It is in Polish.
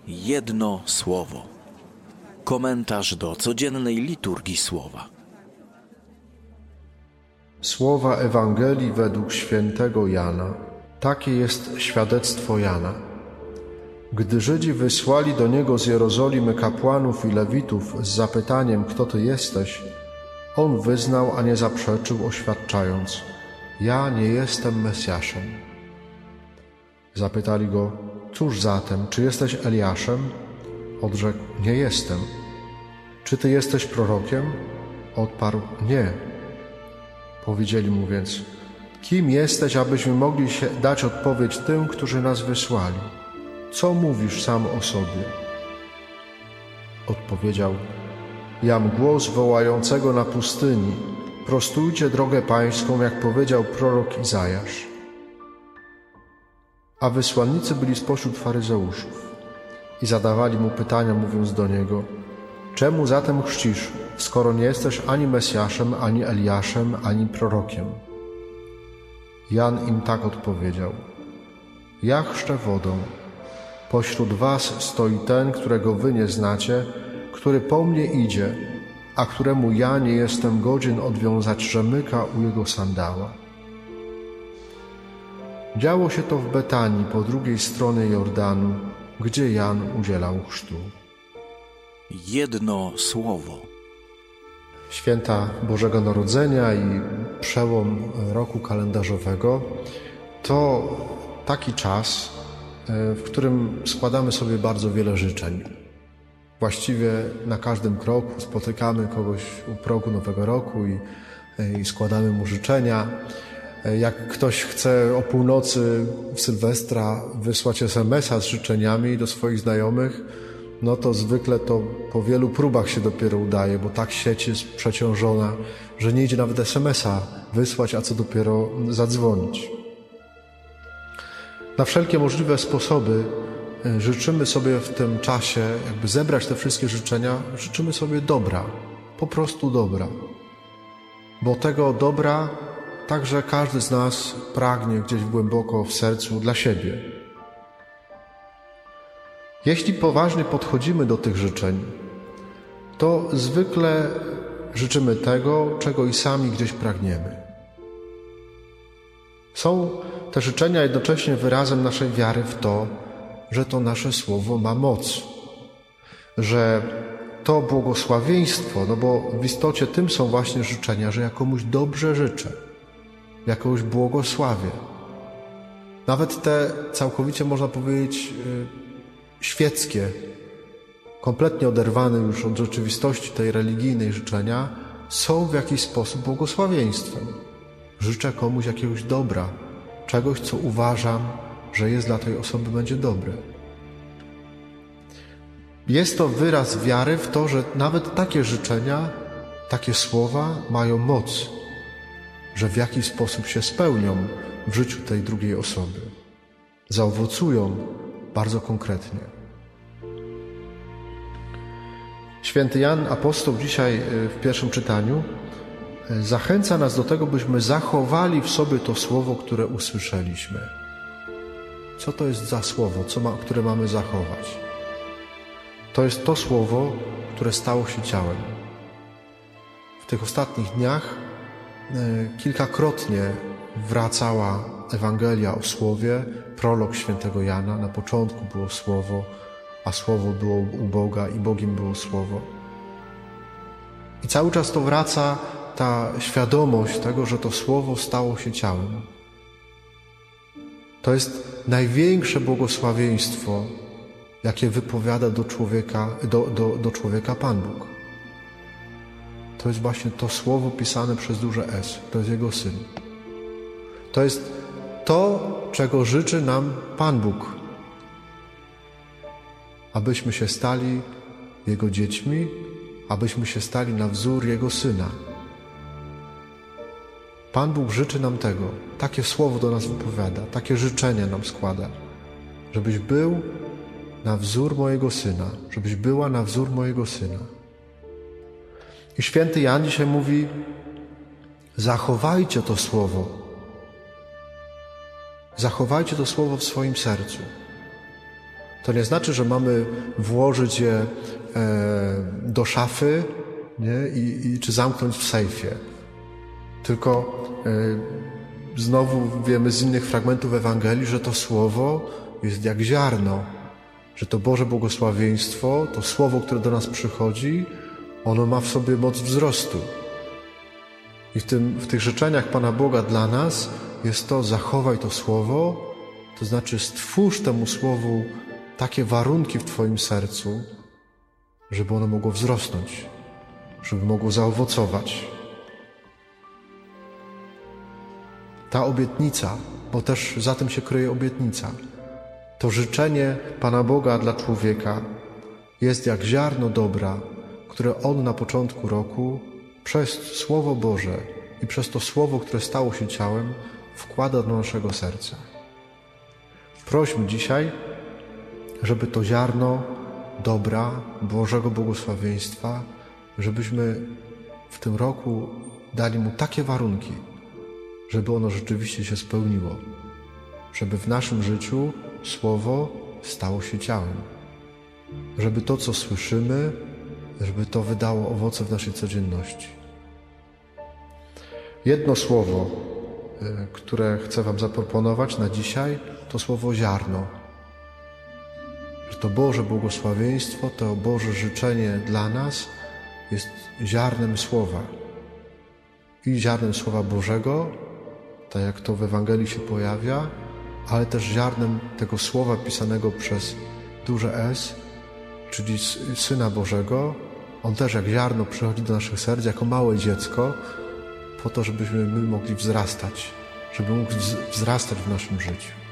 Jedno słowo. Komentarz do codziennej liturgii słowa. Słowa Ewangelii według świętego Jana. Takie jest świadectwo Jana. Gdy Żydzi wysłali do niego z Jerozolimy kapłanów i lewitów z zapytaniem, kto ty jesteś, on wyznał, a nie zaprzeczył, oświadczając: ja nie jestem Mesjaszem. Zapytali go: cóż zatem, czy jesteś Eliaszem? Odrzekł: nie jestem. Czy ty jesteś prorokiem? Odparł: nie. Powiedzieli mu więc: kim jesteś, abyśmy mogli dać odpowiedź tym, którzy nas wysłali? Co mówisz sam o sobie? Odpowiedział: jam głos wołającego na pustyni: prostujcie drogę pańską, jak powiedział prorok Izajasz. A wysłannicy byli spośród faryzeuszów i zadawali mu pytania, mówiąc do niego: czemu zatem chrzcisz, skoro nie jesteś ani Mesjaszem, ani Eliaszem, ani prorokiem? Jan im tak odpowiedział: ja chrzczę wodą. Pośród was stoi ten, którego wy nie znacie, który po mnie idzie, a któremu ja nie jestem godzien odwiązać rzemyka u jego sandała. Działo się to w Betanii po drugiej stronie Jordanu, gdzie Jan udzielał chrztu. Jedno słowo. Święta Bożego Narodzenia i przełom roku kalendarzowego to taki czas, w którym składamy sobie bardzo wiele życzeń. Właściwie na każdym kroku spotykamy kogoś u progu Nowego Roku i składamy mu życzenia. Jak ktoś chce o północy w Sylwestra wysłać SMS-a z życzeniami do swoich znajomych, no to zwykle to po wielu próbach się dopiero udaje, bo tak sieć jest przeciążona, że nie idzie nawet SMS-a wysłać, a co dopiero zadzwonić. Na wszelkie możliwe sposoby życzymy sobie w tym czasie, jakby zebrać te wszystkie życzenia, życzymy sobie dobra, po prostu dobra. Bo tego dobra także każdy z nas pragnie gdzieś głęboko w sercu dla siebie. Jeśli poważnie podchodzimy do tych życzeń, to zwykle życzymy tego, czego i sami gdzieś pragniemy. Są te życzenia jednocześnie wyrazem naszej wiary w to, że to nasze słowo ma moc, że to błogosławieństwo, no bo w istocie tym są właśnie życzenia, że ja komuś dobrze życzę, ja kogoś błogosławię. Nawet te całkowicie, można powiedzieć, świeckie, kompletnie oderwane już od rzeczywistości tej religijnej życzenia, są w jakiś sposób błogosławieństwem. Życzę komuś jakiegoś dobra, czegoś, co uważam, że jest dla tej osoby, będzie dobre. Jest to wyraz wiary w to, że nawet takie życzenia, takie słowa mają moc, że w jakiś sposób się spełnią w życiu tej drugiej osoby. Zaowocują bardzo konkretnie. Święty Jan Apostoł dzisiaj w pierwszym czytaniu zachęca nas do tego, byśmy zachowali w sobie to słowo, które usłyszeliśmy. Co to jest za słowo, które mamy zachować? To jest to słowo, które stało się ciałem. W tych ostatnich dniach kilkakrotnie wracała Ewangelia o Słowie, prolog świętego Jana. Na początku było Słowo, a Słowo było u Boga i Bogiem było Słowo. I cały czas to wraca ta świadomość tego, że to Słowo stało się ciałem. To jest największe błogosławieństwo, jakie wypowiada do człowieka Pan Bóg. To jest właśnie to Słowo pisane przez duże S. To jest Jego Syn. To jest to, czego życzy nam Pan Bóg. Abyśmy się stali Jego dziećmi, abyśmy się stali na wzór Jego Syna. Pan Bóg życzy nam tego. Takie słowo do nas wypowiada, takie życzenie nam składa. Żebyś był na wzór mojego Syna, żebyś była na wzór mojego Syna. I święty Jan dzisiaj mówi: zachowajcie to słowo. Zachowajcie to słowo w swoim sercu. To nie znaczy, że mamy włożyć je do szafy, nie? Czy zamknąć w sejfie. Tylko znowu wiemy z innych fragmentów Ewangelii, że to słowo jest jak ziarno, że to Boże błogosławieństwo, to słowo, które do nas przychodzi, ono ma w sobie moc wzrostu. I w tych życzeniach Pana Boga dla nas jest to: zachowaj to słowo, to znaczy stwórz temu słowu takie warunki w Twoim sercu, żeby ono mogło wzrosnąć, żeby mogło zaowocować. Ta obietnica, bo też za tym się kryje obietnica, to życzenie Pana Boga dla człowieka jest jak ziarno dobra, które On na początku roku przez Słowo Boże i przez to Słowo, które stało się ciałem, wkłada do naszego serca. Prośmy dzisiaj, żeby to ziarno dobra, Bożego błogosławieństwa, żebyśmy w tym roku dali Mu takie warunki, żeby ono rzeczywiście się spełniło, żeby w naszym życiu Słowo stało się ciałem, żeby to, co słyszymy, żeby to wydało owoce w naszej codzienności. Jedno słowo, które chcę Wam zaproponować na dzisiaj, to słowo ziarno. Że to Boże błogosławieństwo, to Boże życzenie dla nas jest ziarnem Słowa. I ziarnem Słowa Bożego, tak jak to w Ewangelii się pojawia, ale też ziarnem tego Słowa pisanego przez duże S, czyli Syna Bożego. On też jak ziarno przychodzi do naszych serc, jako małe dziecko, po to, żebyśmy my mogli wzrastać, żeby mógł wzrastać w naszym życiu.